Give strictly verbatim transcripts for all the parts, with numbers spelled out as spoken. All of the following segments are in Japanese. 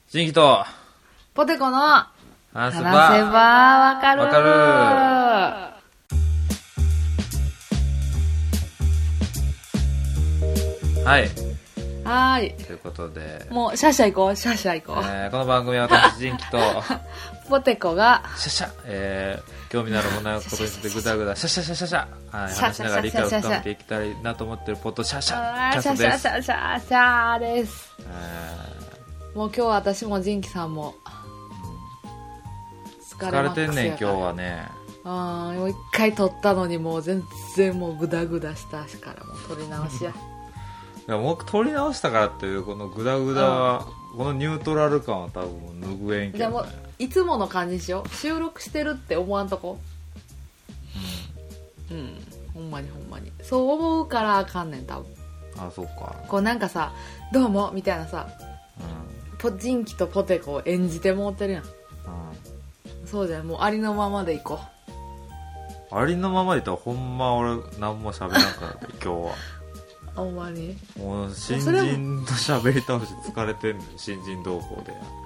ジンキとポテコの話せば話せばわかるわかるはいはーいということでもうシャシャ行こうシャシャ行こう、 えー、この番組は私ジンキとポテコがシャシャ、えー、興味のあるものやことについてグダグダシャシャシャシャシャ、はい、話しながら理解を深めていきたいなと思ってるポッドシャシャキャストです。 シャシャシャシャシャです、 えー、もう今日は私もジンキさんもー、疲れてんねん今日はね。 あーもう一回撮ったのにもう全然もうグダグダしたしからもう撮り直しやいやもう撮り直したからっていうこのグダグダは、うん、このニュートラル感は多分拭えんけど、ね、じゃあもういつもの感じにしよう。収録してるって思わんとこうん、うん、ほんまにほんまにそう思うからあかんねん多分。 あ、そうか。 こうなんかさどうもみたいなさ、 うん、 ポジンキとポテコを演じてもうてるやん、うん、そうじゃん。もうありのままでいこう。ありのままでいったらほんま俺何も喋らなかった今日はほんまにもう新人と喋り倒して疲れてんのよ新人同行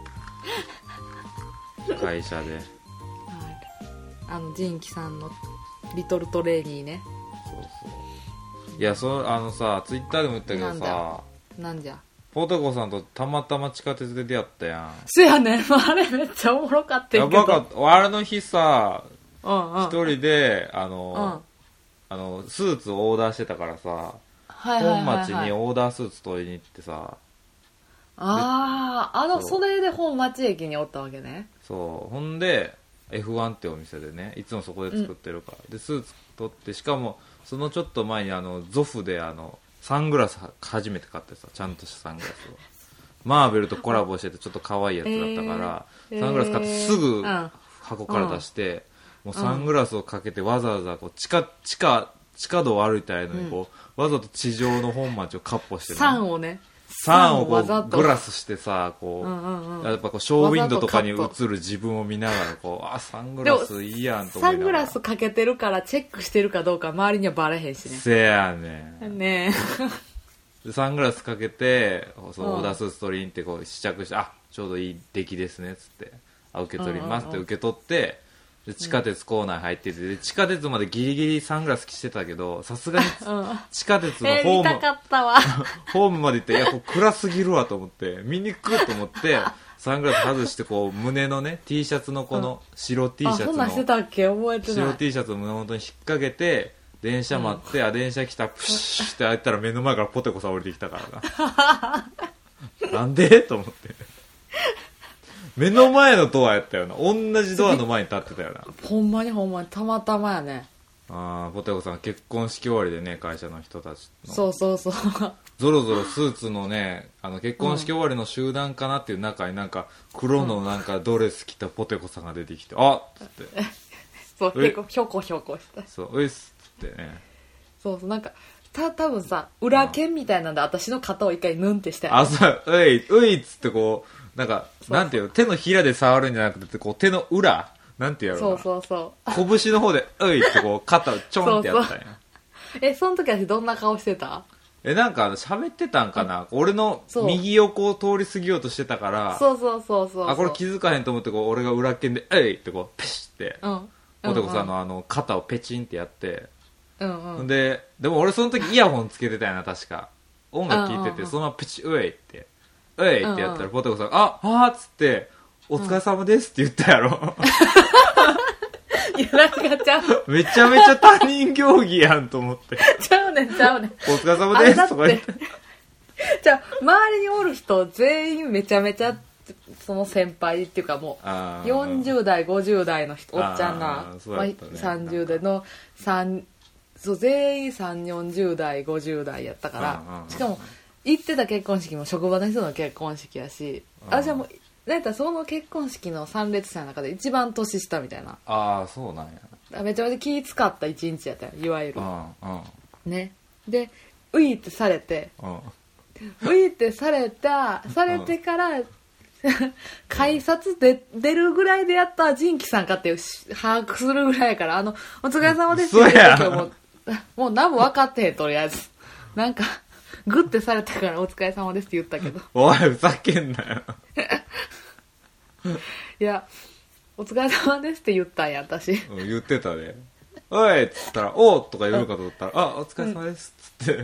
で会社で、はい、 あのジンキさんのリトルトレーニーね。 そうそう。いやそあのさツイッターでも言ったけどさ、 なんじゃポテコさんとたまたま地下鉄で出会ったやん。 そやねんあれめっちゃおもろかったけど。 やばかった。あれの日さ一、 うんうん、 人であの、うん、あのスーツをオーダーしてたからさ、はいはいはいはい、本町にオーダースーツ取りに行ってさ、 あああのそれで本町駅におったわけね。 そうほんで エフワン ってお店でねいつもそこで作ってるから、うん、でスーツ取ってしかもそのちょっと前にあのゾフであのサングラス初めて買ってさちゃんとしたサングラスをマーベルとコラボしててちょっと可愛いやつだったから、えー、サングラス買ってすぐ箱から出して、うん、もうサングラスをかけてわざわざこう地下地下地下道を歩いたらいいのにこう、うん、わざと地上の本町をカッポしてねサンをねサンをこうグラスしてさこう、うんうんうん、やっぱこうショーウィンドウとかに映る自分を見ながらこうあサングラスいいやんと思いながらサングラスかけてるからチェックしてるかどうか周りにはバレへんしね。 せやねんねでサングラスかけてそのオーダースーツ取りに行ってこう試着して、うん、あちょうどいい出来ですねっつってあ受け取りますって受け取ってで地下鉄構内入っててで地下鉄までギリギリサングラスしてたけどさすがに地下鉄のホーム、 えー、見たかったわホームまで行っていやこう暗すぎるわと思って見にくいと思ってサングラス外してこう胸のね T シャツのこの白 T シャツの、 あそんなんしてたっけ覚えてない白 T シャツの胸元に引っ掛けて電車待って、うん、あ電車来たプシュッって開いたら目の前からポテコさん降りてきたからななんでと思って目の前のドアやったよな同じドアの前に立ってたよなほんまにほんまにたまたまやね。 ああポテコさん結婚式終わりでね会社の人たちのそうそうそうぞろぞろスーツのねあの結婚式終わりの集団かなっていう中になんか黒のなんかドレス着たポテコさんが出てきて、うん、あっつってそう結構ひょこひょこしたそうういっすっつってねそうそうなんかた多分さ裏剣みたいなんで私の肩を一回ヌンってしてあそうういういっつってこうなんかなんていうの手のひらで触るんじゃなくてこう手の裏なんてやろうなそうそうそう拳の方でういってこう肩をちょんってやったんや。 そうそうえその時はどんな顔してた？ えなんか喋ってたんかな、うん、俺の右横を通り過ぎようとしてたからそうそうそうそうあこれ気づかへんと思ってこう俺が裏剣でういってこうペシって、うん、ポテコさんのあの肩をペチンってやって、うんうん、ででも俺その時イヤホンつけてたよな確か音楽聴いてて、うんうん、そのままプチういってういってやったら、うんうん、ポテコさんがああっつってお疲れ様ですって言ったやろ、うん、 いやなんかちゃうめちゃめちゃ他人行儀やんと思ってちゃうねんちゃうねんお疲れ様ですとか言ってじゃあ周りにおる人全員めちゃめちゃその先輩っていうかもうよんじゅう代ごじゅう代の人おっちゃんが、ねまあ、さんじゅう代のさんそう全員さんじゅう、よんじゅう代ごじゅう代やったからしかも行ってた結婚式も職場の人の結婚式やし私はもうだいたいその結婚式の参列者の中で一番年下みたいなああそうなんやめちゃめちゃ気使った一日やったよいわゆるうんうんねでウィーってされてうんウィーってされたされてから改札で出るぐらいでやったジンキさんかって把握するぐらいやからあのお疲れ様ですって言う時はもうもう何も分かってへんとりあえずなんかグッてされたからお疲れ様ですって言ったけどおいふざけんなよいやお疲れ様ですって言ったんや私、 うん、言ってたね。おいっつったらおーとか言うかと思ったら、うん、あお疲れ様ですっつって、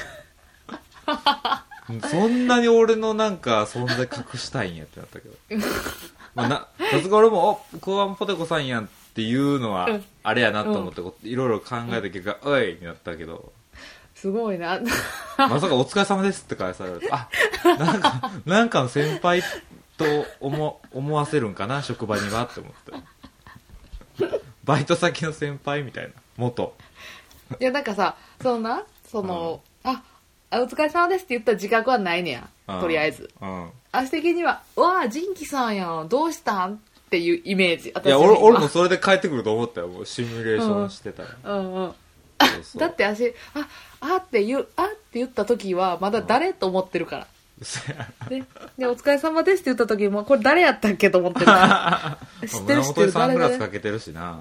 うん、そんなに俺のなんか存在隠したいんやってなったけどまあなさすが俺もおクワンポテコさんやんっていうのはあれやなと思って、うん、いろいろ考えた結果、うん、おいになったけど、 すごいなまさかお疲れ様ですって返されると、あなんかなんかの先輩と思思わせるんかな職場にはって思ってバイト先の先輩みたいな元いやなんかさそんなその、うん、あお疲れ様ですって言った自覚はないねや、うん、とりあえず、うん、足的にはうわジンキさんやんどうしたんっていうイメージ。 いや 俺, 俺もそれで帰ってくると思ったよ、もうシミュレーションしてたら、うんうんうん、そうそうだって足ああって言うあって言った時はまだ誰、うん、と思ってるからで, でお疲れ様ですって言った時もこれ誰やったっけと思ってるから知ってる知ってるサングラスかけてるしな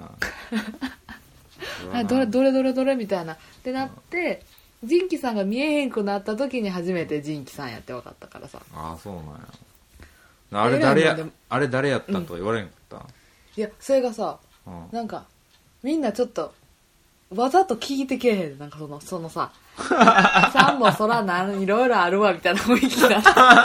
あどれどれどれどれみたいなってなって、うん、ジンキさんが見えへんくなった時に初めてジンキさんやって分かったからさ。 ああそうなんや。あれ誰やあれ誰やったんとは言われんかった、うん、 いやそれがさ、うん、なんかみんなちょっとわざと聞いてけえへん。なんかそのそのささんもそらなんいろいろあるわみたいな雰囲気が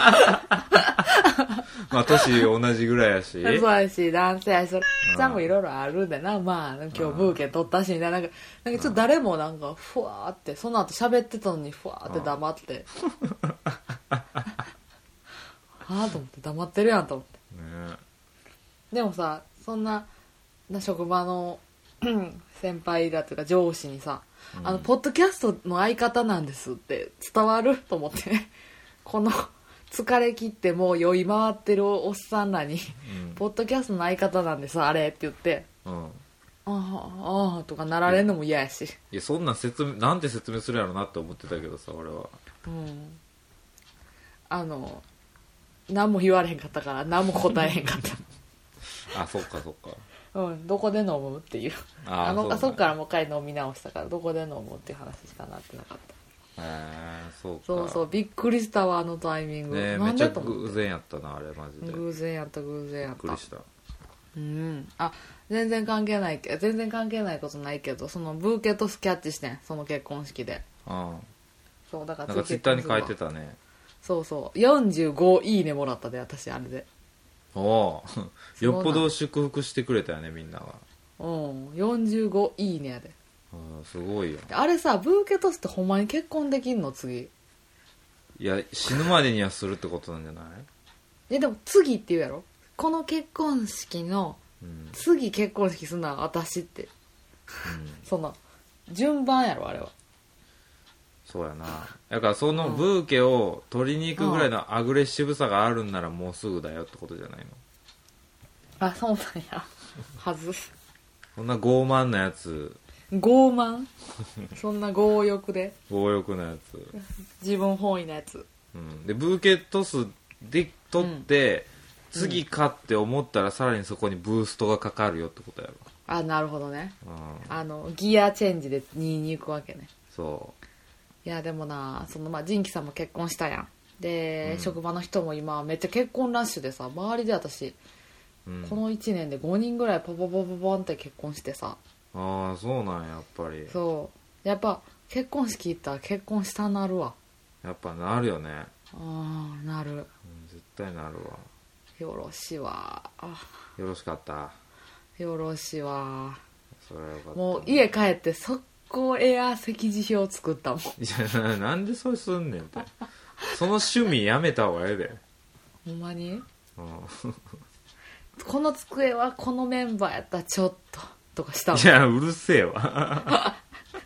まあ年同じぐらいやしそうやし男性やしそれさんもいろいろあるんだな、まあ今日ブーケ取ったしみたいな、なんかなんかちょっと誰もなんかふわーってその後喋ってたのにふわーって黙ってはあと思って黙ってるやんと思って、ね、でもさそんなな職場の先輩だというか上司にさ、うん、あのポッドキャストの相方なんですって伝わると思ってねこの疲れ切ってもう酔い回ってるおっさんらに、うん、ポッドキャストの相方なんですあれって言って、うん、あああとかなられんのも嫌やし、 いやそんな説明なんて説明するやろなって思ってたけどさ俺は、うん、 あの何も言われへんかったから何も答えへんかったあそっかそっかうん、どこで飲むっていう あ, あのそっからもう一回飲み直したからどこで飲むっていう話しかなってなかった。へえそうかそうそうびっくりしたわあのタイミング、 ね、めっちゃ偶然やったなあれマジで偶然やった偶然やったびっくりした。 うんあ全然関係ないけ全然関係ないことないけどそのブーケトスキャッチしてんその結婚式で、うん、そうだからなんかツイッターに書いてたね。 そうそうよんじゅうごいいねもらったで私あれで。 およっぽど祝福してくれたよねみんなが。 うんよんじゅうごいいねやで。 あすごいよ。 あれさブーケトスってほんまに結婚できんの次。 いや死ぬまでにはするってことなんじゃない。 えでも次って言うやろこの結婚式の、うん、次結婚式すんのは私って、うん、その順番やろあれは。 そうやな。だからそのブーケを取りに行くぐらいのアグレッシブさがあるんならもうすぐだよってことじゃないの。 あそうなんやはずそんな傲慢なやつ傲慢そんな強欲で強欲なやつ自分本位なやつ、 うん、でブーケトスで取って、うん、次かって思ったらさらにそこにブーストがかかるよってことやろ。 あなるほどね、うん、あのギアチェンジでにに行くわけね。そういやでもなそのまあジンキさんも結婚したやんで、うん、職場の人も今めっちゃ結婚ラッシュでさ周りで私、うん、このいちねんでごにんぐらいポポポポポンって結婚してさ。 ああそうなんややっぱり。 そうやっぱ結婚式行ったら結婚したなるわ。 やっぱなるよね。 ああなる、うん、 絶対なるわ。 よろしいわ。 よろしかった。 よろしいわ。 それはよかった。 もう家帰って速攻エア席次表作ったもん。いやなんでそれすんねんってその趣味やめた方がええで。 ほんまに、うん、この机はこのメンバーやったらちょっととかしたもん。 いやうるせえわ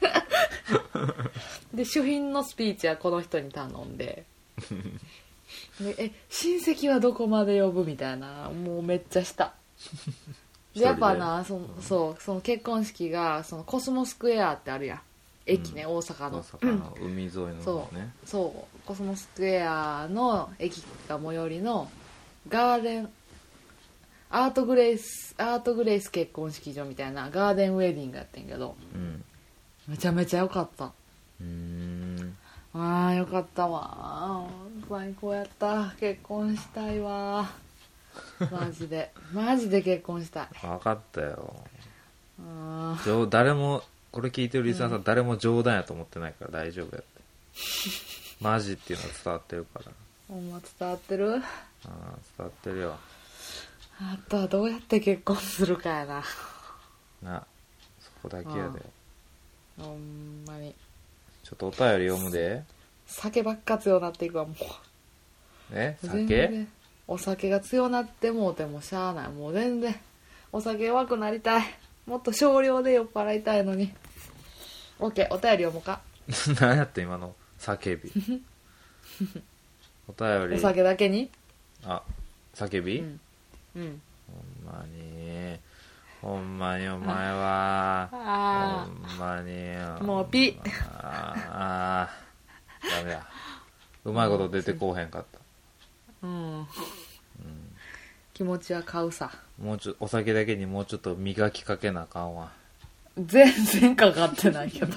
で主賓のスピーチはこの人に頼んででえ親戚はどこまで呼ぶみたいなもうめっちゃしたでやっぱなその、そうその結婚式がそのコスモスクエアってあるやん駅ね、うん、大阪の大阪の海沿いのね、 そうそうコスモスクエアの駅が最寄りのガーデンアートグレイスアートグレイス結婚式場みたいなガーデンウェディングやってんけど、うん、めちゃめちゃ良かった。うーんあーよかったわ最高やった結婚したいわマジでマジで結婚したい。 分かったよ。 あ冗誰もこれ聞いてるリスナーさん、うん、誰も冗談やと思ってないから大丈夫やって。マジっていうのは伝わってるから。 ほんま伝わってる。ああ伝わってるよ。 あとはどうやって結婚するかやな。 なそこだけやで。 ほんまにちょっとお便り読むで。 酒ばっか強なっていくわもう。 え酒お酒が強なってもうてもしゃあない。もう全然お酒弱くなりたい。もっと少量で酔っ払いたいのに。 OK お便り読もうか。 何やって今の叫び。お便りお酒だけにあ叫び、 うんうん、 ほんまにほんまにお前はあほんまにもうピああダメだ。うまいこと出てこうへんかった。 うん、 うん、 気持ちは買うさ。 もうちょお酒だけにもうちょっと磨きかけなあかんわ。 全然かかってないけど。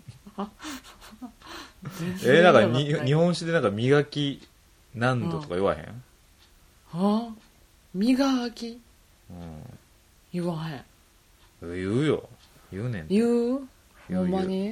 えー、なんかに日本酒でなんか磨き何度とか言わへん、 うん、はあ磨き、 うん、 言わへん。 言うよ。言うねん。 言うほんまに、 うん、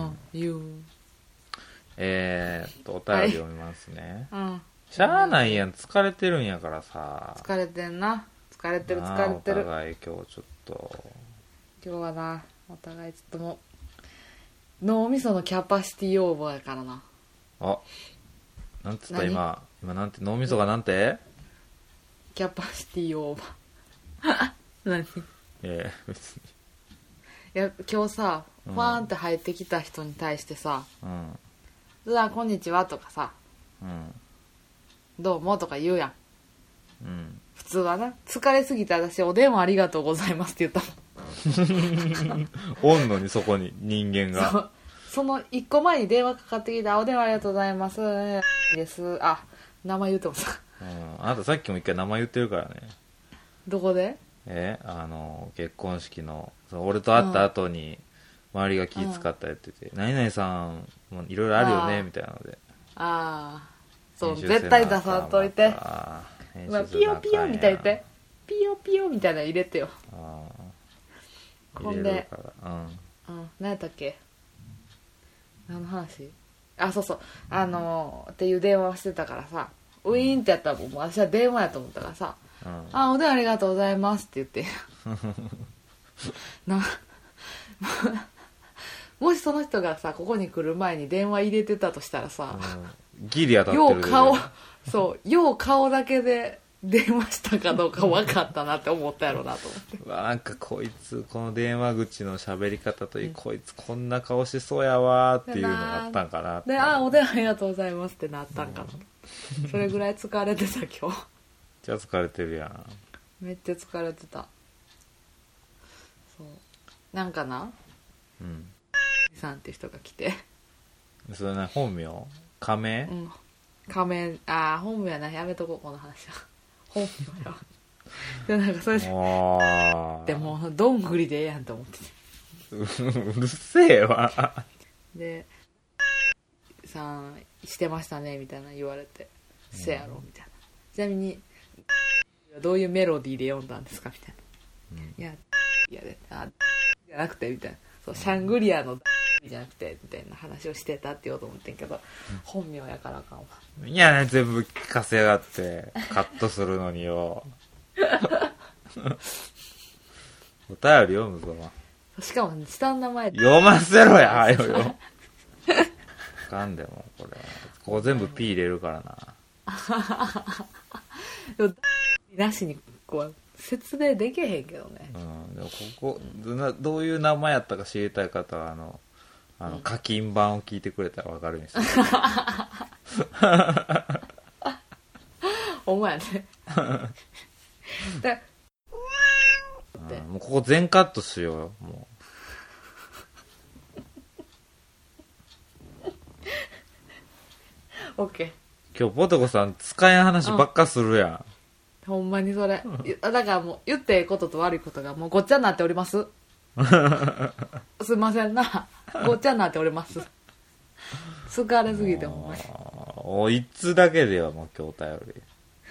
言う。 えーっとお便り読みますね、 はい、うん、 しゃあないやん。疲れてるんやからさ。 疲れてんな。疲れてる疲れてる。 お互い今日ちょっと今日はなお互いちょっともう脳みそのキャパシティオーバーやからな。 あなんつった今今なんて脳みそがなんてキャパシティオーバー。何？ ええ別に。 いや今日さ、 うん、 ファーンって入ってきた人に対してさ 「うん、 うわこんにちは」とかさ、 うん、 どうもとか言うやん、 うん、 普通はな。疲れすぎて私お電話ありがとうございますって言ったもん。 おんのにそこに人間が。 そ, その一個前に電話かかってきた。お電話ありがとうございますですあ名前言うてもさ、 うん、あなたさっきも一回名前言ってるからね。 どこで？ えあの結婚式のその俺と会った後に周りが気遣ったやってて、うん、何々さんもいろいろあるよねみたいなので。 ああそう絶対出さんといて、まあ、ピヨピヨみたいなピヨピヨみたいなの入れてよ。 あほんで、 うん、 うん、何やったっけ何の話。あそうそうあのー、っていう電話をしてたからさ、ウィーンってやったらもう私は電話やと思ったからさ、うん、あお電話ありがとうございますって言ってなもしその人がさここに来る前に電話入れてたとしたらさ、 うん、ギリ当たってるで。 よう顔そうよう顔だけで電話したかどうか分かったなって思ったやろうなと思って。 うわなんかこいつこの電話口の喋り方といい、うん、こいつこんな顔しそうやわっていうのがあったんかなって。 であお電話ありがとうございますってなったんかな、うん、それぐらい疲れてた今日。 じゃあ疲れてるやん。 めっちゃ疲れてた。そうなんかな、 うんさんって人が来て、 それね本名仮名、 うん、仮名ああ本名やな、やめとこうこの話は。本名やでなんかそれででもどんぐりでええやんと思っててうるせえわ。 でさんしてましたねみたいな言われて、うん、せやろみたいな。ちなみにどういうメロディーで読んだんですかみたいな、うん、いやいやであじゃなくてみたいな、そうシャングリアのじゃなくてみたいな話をしてたって言おうと思ってんけど、うん、本名やからあかんわ。 いやね全部聞かせやがってカットするのによ。お便り読むぞ。 しかも下の名前読ませろやはよよ。あかんでもこれここ全部 P 入れるからな。 なしにこう説明できへんけどね、 うん、でもここどういう名前やったか知りたい方はあのあの課金版を聞いてくれたら分かるんですよ。 お前ね。で、 うん、もうここ全カットしようよもう。オッケー。 今日ポテコさん使えん話ばっかするやん、 うんほんまにそれだからもう言ってええことと悪いことがもうごっちゃになっております。すいませんなごっちゃになっております。疲れすぎてほんまに。 おいつだけでよもう今日頼り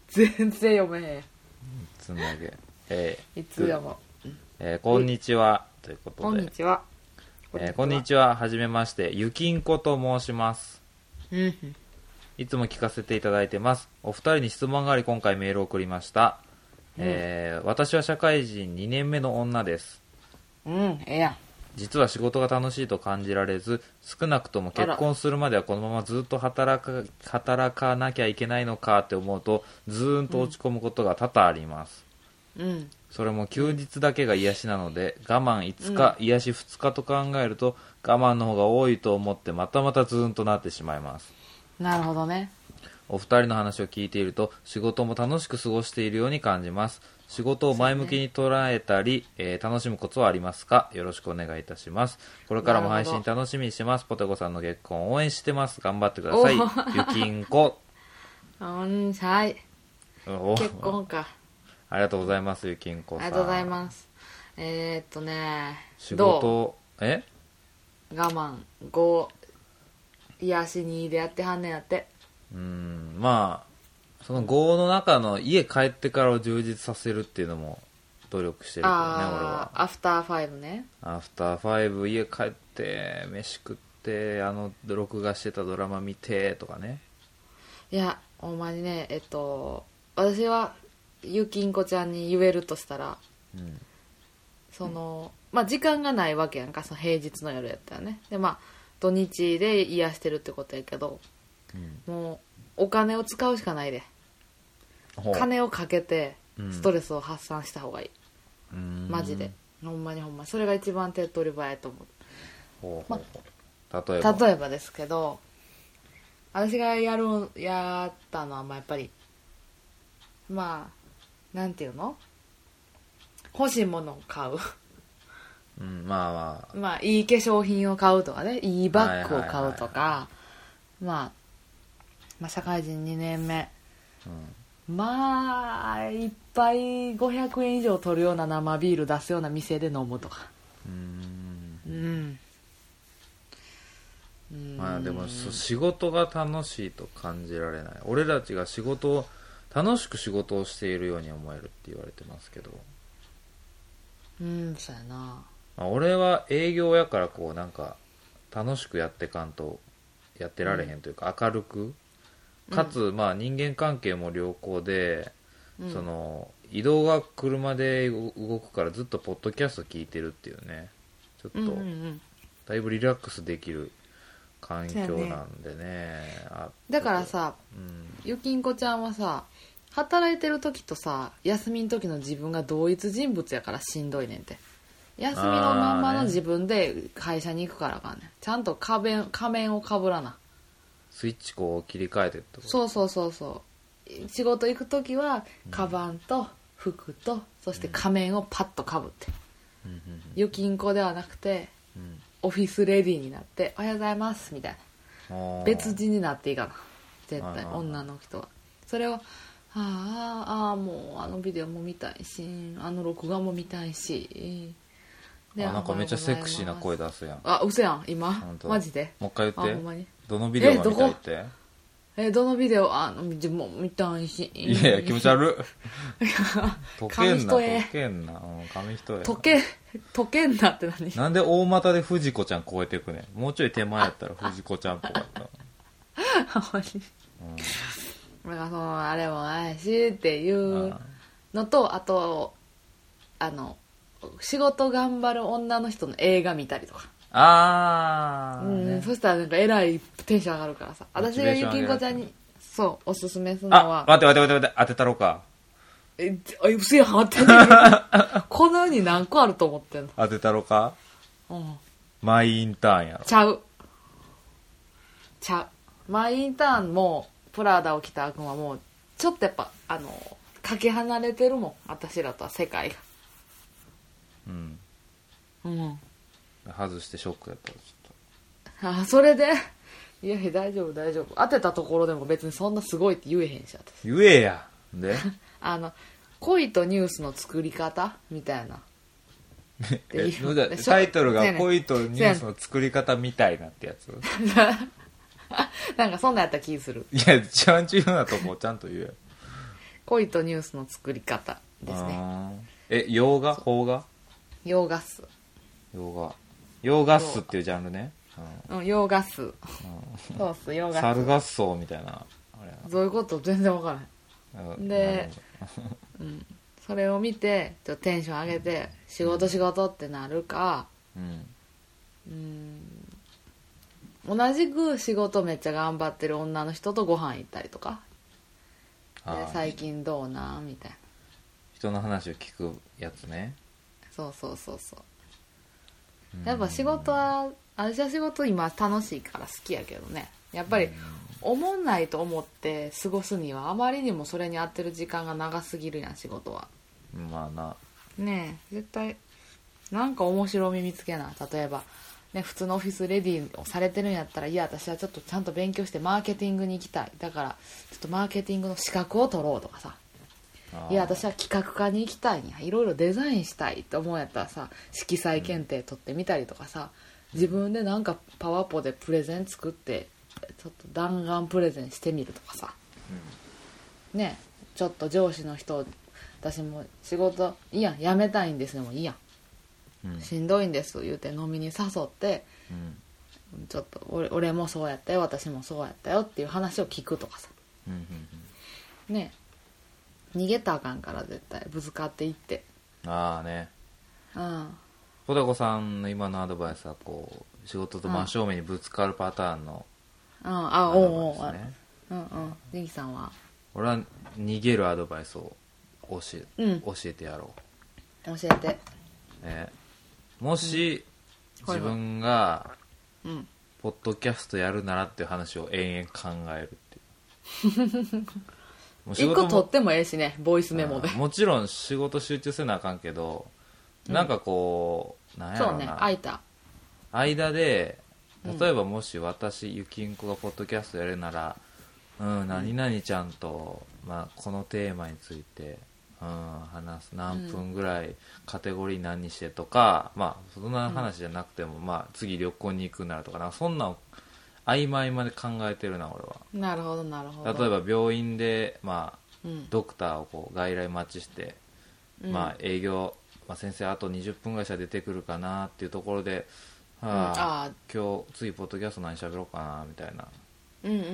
全然読めへん。 つなげ。えー、いつ読もう。 えー、こんにちは。ということで。 こんにちは。 えー、こんにちは。はじめまして。ゆきんこと申します。 うん。 いつも聞かせていただいてます。お二人に質問があり、今回メールを送りました。うん、えー、私は社会人にねんめの女です。 うん、ええやん。 実は仕事が楽しいと感じられず、少なくとも結婚するまではこのままずっと働か、働かなきゃいけないのかって思うと、ずーんと落ち込むことが多々あります。 うん。 それも休日だけが癒しなので、我慢いつか、うん、癒しふつかと考えると、我慢の方が多いと思ってまたまたずーんとなってしまいます。 なるほどね。 お二人の話を聞いていると、仕事も楽しく過ごしているように感じます。仕事を前向きに捉えたり、ねえー、楽しむコツはありますか？よろしくお願いいたします。これからも配信楽しみにしてます。ポテコさんの結婚を応援してます。頑張ってください。ゆきんこ。 うん、はい。結婚か。 ありがとうございます、ゆきんこさん。 ありがとうございます。えー、っとね、 仕事、え我慢、ご、癒しにでやってはんねんやって。 うーん、まあ、そのごの中の家帰ってからを充実させるっていうのも努力してるけどね、俺は。 アフターファイブね。 アフターファイブ、家帰って飯食ってあの録画してたドラマ見てとかね。 いやほんまにね、えっと私はゆきんこちゃんに言えるとしたら、うん、そのまあ時間がないわけやんか、その平日の夜やったらね。でまあ土日で癒してるってことやけど、うん、もうお金を使うしかないで、金をかけてストレスを発散した方がいい、うん、マジでほんまにほんまにそれが一番手っ取り早いと思う。 ほうほうほう、ま、例えば例えばですけど、私がやるやったのはまあやっぱりまあなんていうの、欲しいものを買う、 うん、まあまあまあいい化粧品を買うとかね、いいバッグを買うとか、はいはいはい、まあまあ、社会人にねんめ、うん、まあいっぱいごひゃくえん以上取るような生ビール出すような店で飲むとか、うーん、 うん、まあでも仕事が楽しいと感じられない。俺たちが仕事を楽しく仕事をしているように思えるって言われてますけど、 うん、そうやな、 まあ、俺は営業やからこうなんか楽しくやってかんとやってられへんというか、うん、明るくかつ、うん、まあ人間関係も良好で、うん、その移動が車で動くからずっとポッドキャスト聞いてるっていうね、ちょっと、うんうんうん、だいぶリラックスできる環境なんでね、ね、あだからさ、うん、ゆきんこちゃんはさ、働いてる時とさ休みの時の自分が同一人物やからしんどいねんて。休みのまんまの自分で会社に行くからかんねん、ちゃんと仮面、仮面をかぶらな、 スイッチこう切り替えてってこと。 そうそうそうそう、仕事行く時はカバンと服と、うん、そして仮面をパッとかぶって、うん、ゆきんこではなくて、うん、オフィスレディーになっておはようございますみたいな別人になっていいかな絶対、女の人は。それをああああもうあのビデオも見たいし、あの録画も見たいし、 あ、なんかめっちゃセクシーな声出すやん。 あ、嘘やん今マジで。 もう一回言って。ほんまにどのビデオが見たいって。 え、どのビデオ、あの自分も見たいし。 いやいや気持ち悪い溶けんな溶けんな、うん、紙一重。 溶け溶けんなって何。 なんで大股で藤子ちゃん超えていくねん。もうちょい手前やったら藤子ちゃんっぽかったほんまに、うん、なんかそのあれもないしっていうのと、あとあの仕事頑張る女の人の映画見たりとか。 あー、 うんね、そしたらなんかえらいテンション上がるからさ、私がゆきんこちゃんにそうおすすめするのは。 あ、待って待って待って待って、当てたろうか。 え、うせやん、当ててこの世に何個あると思ってんの。 当てたろうか。うん。マイインターンやろ。 ちゃうちゃう。マイインターンもプラダを着た悪魔もちょっとやっぱあのかけ離れてるもん、私らとは世界が。うんうん、 外してショックやったらちょっと。あ、それでいやいや大丈夫大丈夫、当てたところでも別にそんなすごいって言えへんし、私言えやであの恋とニュースの作り方みたいなタイトルが恋とニュースの作り方みたいなってやつなんかそんなんやった気する。 いや一番重要なとこちゃんと言えよ。 恋とニュースの作り方ですね。 え、洋画邦画洋画っす。 洋画洋画っすっていうジャンルね。 うん、洋画っす、うん、そうっす、洋画っす。 猿合奏みたいなあれ。 どういうこと？全然分からへんで、うん、それを見てちょっとテンション上げて仕事仕事ってなるか、うん、うん、同じく仕事めっちゃ頑張ってる女の人とご飯行ったりとかで、最近どうなんみたいな人の話を聞くやつね。 そうそうそうそう。やっぱ仕事は、私は仕事今楽しいから好きやけどね、やっぱりおもんないと思って過ごすにはあまりにもそれに合ってる時間が長すぎるやん、仕事は。 まあな。 ねえ、絶対なんか面白み見つけな。例えばね、普通のオフィスレディをされてるんやったら、いや私はちょっとちゃんと勉強してマーケティングに行きたい、だからちょっとマーケティングの資格を取ろうとかさ、いや私は企画科に行きたいんや、いろいろデザインしたいと思うんやったらさ、色彩検定取ってみたりとかさ、自分でなんかパワポでプレゼン作ってちょっと弾丸プレゼンしてみるとかさ、うん、ね、ちょっと上司の人、私も仕事いいやん、辞めたいんですでもいいやん、うん、しんどいんです言うて飲みに誘って、うん、ちょっと 俺, 俺もそうやったよ、私もそうやったよっていう話を聞くとかさ、うんうんうん、ね、逃げたらあかんから絶対ぶつかっていって。 ああね、 うん、 小田子さんの今のアドバイスはこう仕事と真正面にぶつかるパターンのアドバイスね。 うんうん。ジギさんは？ 俺は逃げるアドバイスを教え、うん、教えてやろう。教えて。 ね、もし、うん、自分が、うん、ポッドキャストやるならっていう話を延々考えるっていう。 一個取ってもええしね、ボイスメモで。 もちろん仕事集中せなあかんけど、うん、なんかこう、なんやろな、そうね、 空いた間で、例えばもし私、ゆきんこがポッドキャストやるなら、うん、何々ちゃんと、まあ、このテーマについて、うん、話す、何分ぐらい、カテゴリー何にしてとか、まあ、そんな話じゃなくても、うん、まあ、次旅行に行くならとか、なんかそんな曖昧まで考えてるな、俺は。 なるほどなるほど。 例えば病院で、まあうん、ドクターをこう外来待ちして、うんまあ、営業、まあ、先生あとにじゅっぷんぐらいしたら出てくるかなっていうところで、はあうん、あ今日次ポッドキャスト何喋ろうかなみたいな、 うんうんうんうん、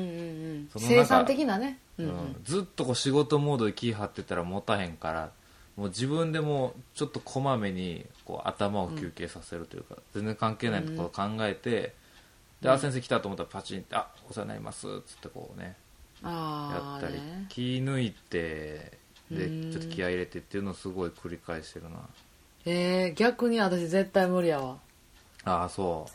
生産的なね、うんうん、 ずっとこう仕事モードで気張ってたら持たへんから、もう自分でもちょっとこまめにこう頭を休憩させるというか、うん、全然関係ないところを考えて、で、あ、先生来たと思ったらパチンって、あ、お世話になりますっつってこうね、あやったり、ね、気抜いてでちょっと気合い入れてっていうのをすごい繰り返してるな。 えー、逆に私絶対無理やわ。 ああ、そう。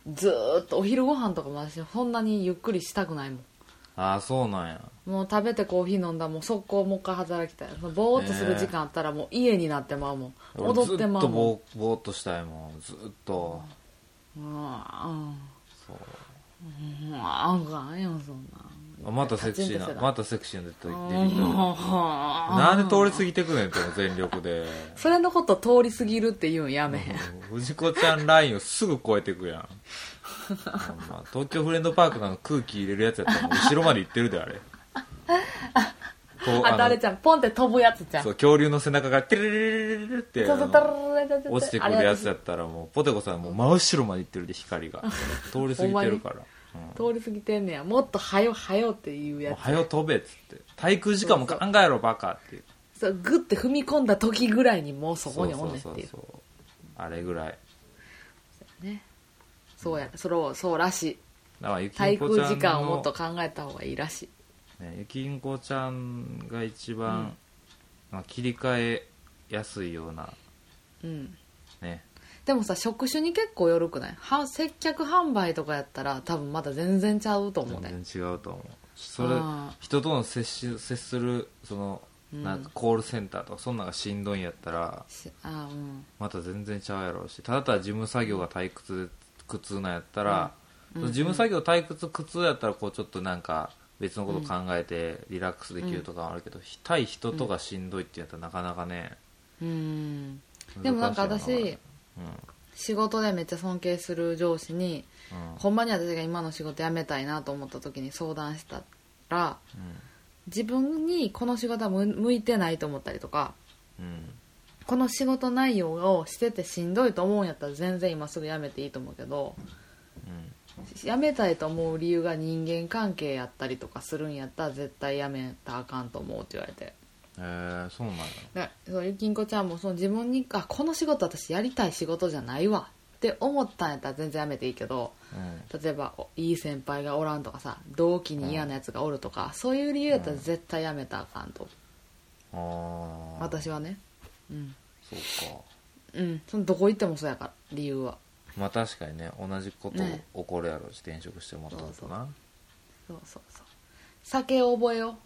ずーっとお昼ご飯とかも私そんなにゆっくりしたくないもん。 ああ、そうなんや。 もう食べてコーヒー飲んだらもう速攻もう一回働きたい。ボーっとする時間あったらもう家になってまうもん、えー、踊ってまうもん。ずっとボー、ボーっとしたいもん、ずっと。 うん、うん、そう、うん、あんかんよそんな。 またセクシーな、またセクシーな出てきた。なんで通り過ぎてくねんって全力で。 それのこと通り過ぎるって言うんやめへん。 藤子ちゃんラインをすぐ超えてくやん。まあ、東京フレンドパークの空気入れるやつやったらもう後ろまで行ってるであれ。 あとあれちゃんポンって飛ぶやつじゃん。 そう、恐竜の背中がテレレレレレって落ちてくるやつやったらもうポテコさんもう真後ろまで行ってるで、光が通り過ぎてるから。 通り過ぎてんねや。もっとはよはよっていうやつ。 はよ飛べっつって、滞空時間も考えろバカっていう。 そう、グッて踏み込んだ時ぐらいにもうそこにおんねんっていう。そうそうそうそう、 あれぐらい。 そうやね。そうや、それをそうらしい。 だからゆきんこちゃんの滞空時間をもっと考えた方がいいらしい。ね、ゆきんこちゃんが一番、うんまあ、切り替えやすいような。うんね。 でもさ、職種に結構よるくない？は接客販売とかやったら多分まだ全然ちゃうと思うね。 全然違うと思う。それ人との接し接するその、うん、なんかコールセンターとかそんなのがしんどいんやったらあ、うん、また全然ちゃうやろうし、ただただ事務作業が退屈苦痛なんやったら、うん、事務作業退屈苦痛やったらこうちょっとなんか別のこと考えてリラックスできるとかはあるけど、うん、対人とがしんどいってやったらなかなかね、うん、でもなんか私、うん、仕事でめっちゃ尊敬する上司に、うん、ほんまに私が今の仕事辞めたいなと思った時に相談したら、 自分にこの仕事は向いてないと思ったりとか、 うん、 この仕事内容をしててしんどいと思うんやったら全然今すぐ辞めていいと思うけど、うん、辞めたいと思う理由が人間関係やったりとかするんやったら絶対辞めたらあかんと思うって言われて、 へえー、そうなんや。そうゆきんこちゃんもその自分にあこの仕事私やりたい仕事じゃないわって思ったんやったら全然辞めていいけど、うん、例えばいい先輩がおらんとかさ、同期に嫌なやつがおるとか、うん、そういう理由やったら絶対辞めたらあかんと、うん、私はね、うん、 そうか、 うん、そのどこ行ってもそうやから理由は。 まあ確かにね、同じこと起こるやろうし、転職してもらったとな。 そうそうそう、酒を覚えよう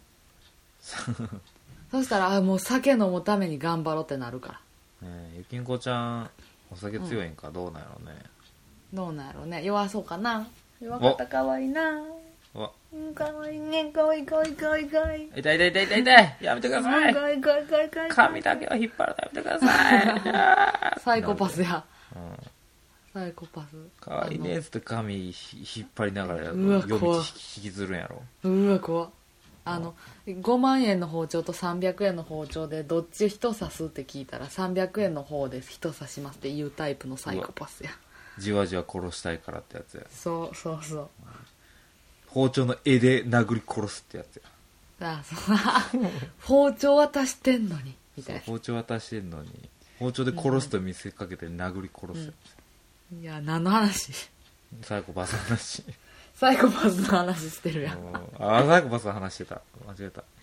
そしたらあもう酒飲むために頑張ろうってなるから、 ね、ゆきんこちゃんお酒強いんか、うん、どうなんやろうね。 どうなんやろうね、弱そうかな。弱かったかわいいな、うんかわいいね、かわいいかわいいかわいいかわいい。 痛い痛い痛い痛い痛い、やめてください。 かわいいかわいいかわいいかわいい。 髪だけは引っ張るのやめてくださいサイコパスや、 うん、 サイコパス。 かわいいねっつって髪引っ張りながら夜道引きずるんやろ。 うわ怖っ。あのごまんえんの包丁とさんびゃくえんの包丁でどっち人刺すって聞いたらさんびゃくえんの方で人刺しますっていうタイプのサイコパスや。 じわじわ殺したいからってやつや。 そうそうそう、 包丁の柄で殴り殺すってやつや。 あそう包丁渡してんのにみたいな。 包丁渡してんのに包丁で殺すと見せかけて殴り殺すやつ、うん、いや何の話。 サイコパスの話サイコパスの話してるやん。 あサイコパスの話してた、間違えた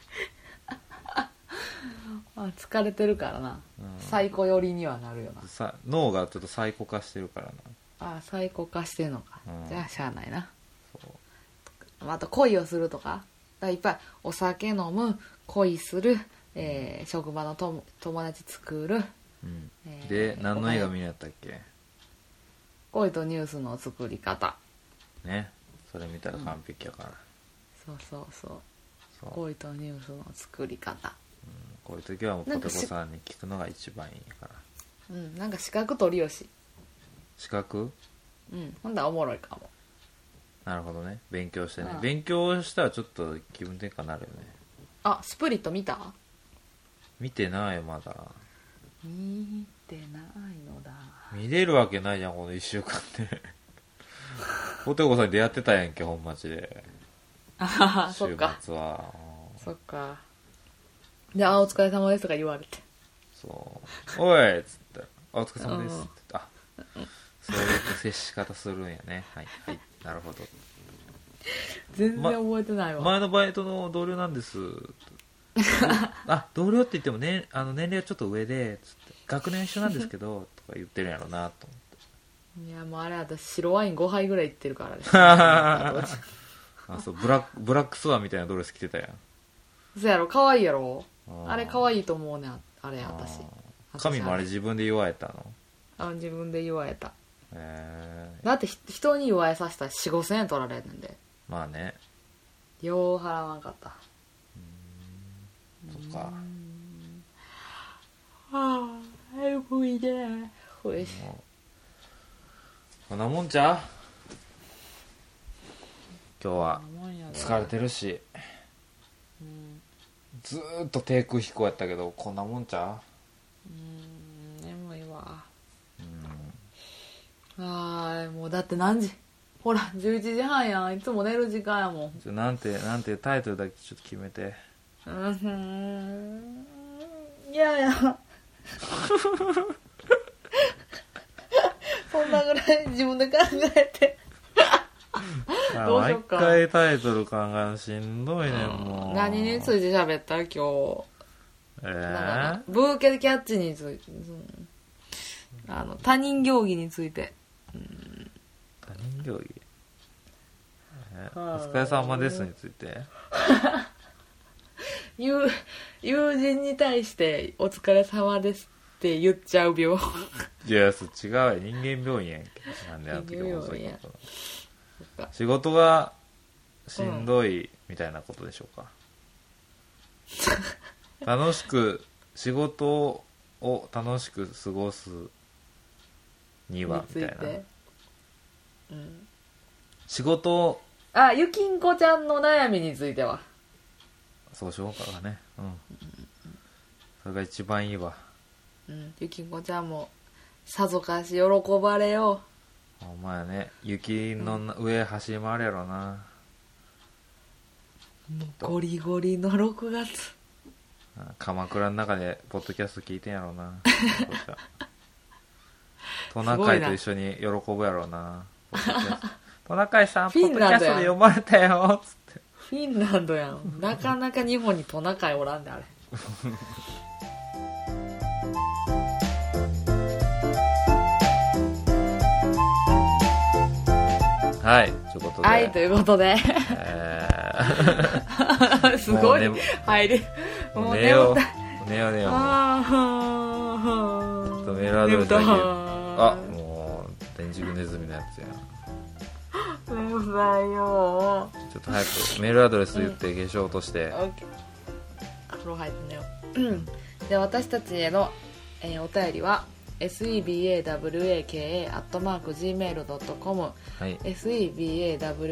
あ疲れてるからな、うん、サイコ寄りにはなるよな。 さ脳がちょっとサイコ化してるからな。 あサイコ化してるのか、うん、じゃあしゃあないな。 そうあと恋をするとか、だからいっぱいお酒飲む、恋する、えー、職場のと友達作る、 うんえー、で何の映画見にやったっけ。 恋とニュースの作り方ね、それ見たら完璧やから、 うん、そうそうそう、そう恋とニュースの作り方、 うん、こういう時はもうポテコさんに聞くのが一番いいから。 うんなんか資格取りよし。 資格、 うんほんだらおもろいかも。 なるほどね、勉強してね、うん、勉強したらちょっと気分転換になるよね。 あスプリット見た？ 見てないまだ。 見てないのだ。 見れるわけないじゃんこのいっしゅうかんでポテコさんに出会ってたやんけ本町で。 ああそっか、 週末はそっか。であお疲れ様ですとか言われて、 そうおいっつってお疲れ様ですって、うん、あそういう接し方するんやね。はいはいなるほど。 全然覚えてないわ、 ま、前のバイトの同僚なんですあ同僚って言っても、ね、あの年齢はちょっと上でつって学年一緒なんですけどとか言ってるんやろうなと思って。 いやもうあれ私白ワインごはいぐらいいってるからねあそうブラックブラックスワンみたいなドレス着てたやん。 そうやろ可愛いやろ。 あ, あれ可愛いと思うねあれ私。 髪もあれ自分で言われたの？ あ自分で言われた。 へだって人に言われさせたら よんごせんえん取られるんで。 まあね、 よう払わんかった。 うーんそっか。 はあ眠いね。おいしい。 こんなもんちゃう？今日は疲れてるし、うん、ずーっと低空飛行やったけどこんなもんちゃう？うーん眠いわ。うんあーもうだって何時？ほらじゅういちじはんやん。いつも寝る時間やもん。 なんてなんてタイトルだけちょっと決めて。 うんふんいやいやそんなぐらい自分で考えてどうしようか。 毎回タイトル考えるのしんどいね、うん、もう。何について喋った今日。 えー、 ブーケキャッチについて、あの他人行儀について、うん、 他人行儀、えー、お疲れ様ですについて友, 友人に対してお疲れ様ですって言っちゃう病いやそ違うよ、人間病院やんけ。なんであの時も遅いこと。仕事がしんどいみたいなことでしょうか、うん、楽しく仕事を楽しく過ごすにはみたいな、うん、仕事をあゆきんこちゃんの悩みについてはそうしようかね。うん。それが一番いいわ。 うん。ゆきこちゃんもさぞかし喜ばれよう。お前ね、雪の上走り回るやろな。 うん、ゴリゴリのろくがつ。 鎌倉の中でポッドキャスト聞いてんやろうな。トナカイと一緒に喜ぶやろうな。トナカイさんポッドキャストで読まれたよつって。 フィンランドやん。なかなか日本にトナカイおらんであれ。 はい、ということで。 はい、ということで。えー、すごい入り。 もう寝よう。寝よう寝よう。あとメールアドレスだけ。あ、もう、天竺ネズミのやつや。 うるさいよ。 ちょっと早くメールアドレス言って化粧落として。 風呂入って寝よう。で、私たちへの、えー、お便りは、セバワカ アットマーク ジーメールドットコムはい、 セバワ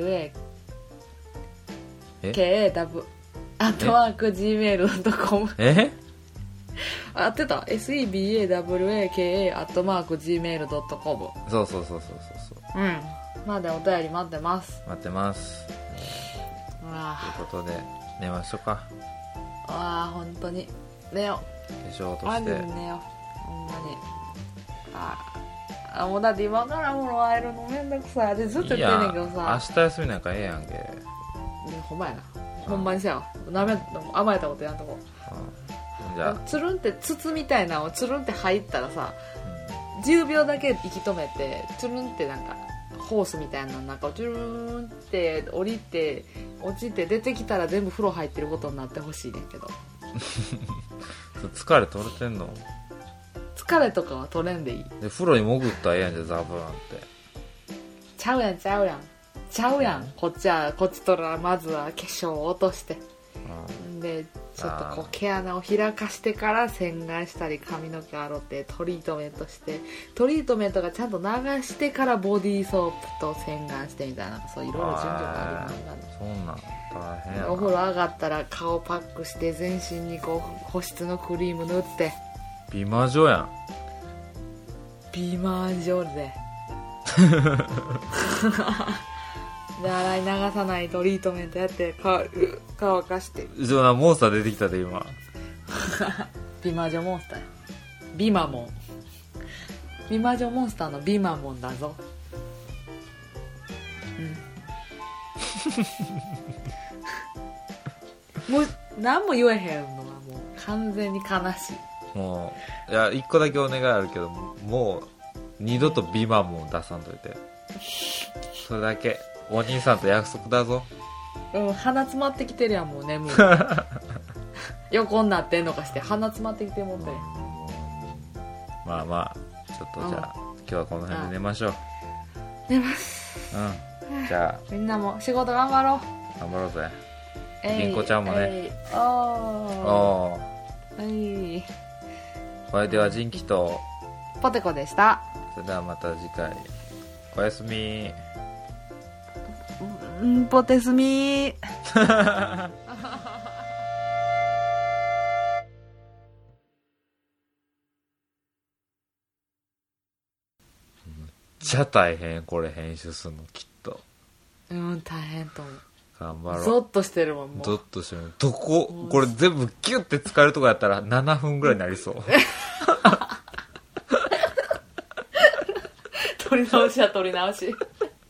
カ アットマーク ジーメールドットコムえ合ってた セバワカ アットマーク ジーメールドットコムそうそうそうそうそうそう。うん。まだお便り待ってます。 待ってます。うわということで寝ましょうか。 ああ、本当に寝よう。化粧落として。 マジで寝よう。ほんまに。ああ、もうだって今から風呂入るのめんどくさい。でずっと言ってんねんけどさ。 明日休みなんかええやんけ。 でほんまやな。ほんまにさよ。なめ甘えたことやんとこ。じゃあつるんって筒みたいなのをつるんって入ったらさ、うん、じゅうびょうだけ息止めてつるんってなんかホースみたいなの中をチュルーンって降りて落ちて出てきたら全部風呂入ってることになってほしいねんけど。 疲れ取れてんの？ 疲れとかは取れんでいい。 で風呂に潜ったらええやんじゃ、ザブーンって。 ちゃうやんちゃうやんちゃうやん。こっちはこっちとらまずは化粧を落として、うん、でちょっとこう毛穴を開かしてから洗顔したり髪の毛洗ってトリートメントしてトリートメントがちゃんと流してからボディーソープと洗顔してみたいな、そういろいろ順序があります。 そんなん大変やな。 お風呂上がったら顔パックして全身にこう保湿のクリーム塗って美魔女やん。 美魔女でで洗い流さないトリートメントやって乾かして。 じゃあモンスター出てきたで今。 美魔女モンスター。ビマモン。美魔女モンスターのビマモンだぞ。うん。もう何も言えへんのはもう完全に悲しい。 もういや一個だけお願いあるけど、もう二度とビマモン出さんといて。それだけ。お兄さんと約束だぞ。 うん、鼻詰まってきてるやんもう眠い。横になってんのかして鼻詰まってきてもうて。 まあまあちょっとじゃあ、うん、今日はこの辺で寝ましょう。 寝ます。 うん。じゃあみんなも仕事頑張ろう。頑張ろうぜ。りんこちゃんもね。 えいおーおー。はい。 お相手はジンキとポテコでした。 それではまた次回。おやすみ。 んポテスミー。 めっちゃ大変これ編集するのきっと。 うん大変と思う。 頑張ろう。 ゾッとしてるもんもう。 ゾッとしてる。どここれ全部ギュッて使えるとこやったらななふんぐらいになりそう。 取り直しは取り直し。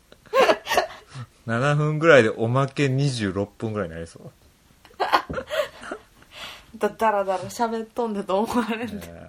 ななふんぐらいでおまけにじゅうろっぷんぐらいになりそう。 だだらだら喋っとんでと思われんで、えー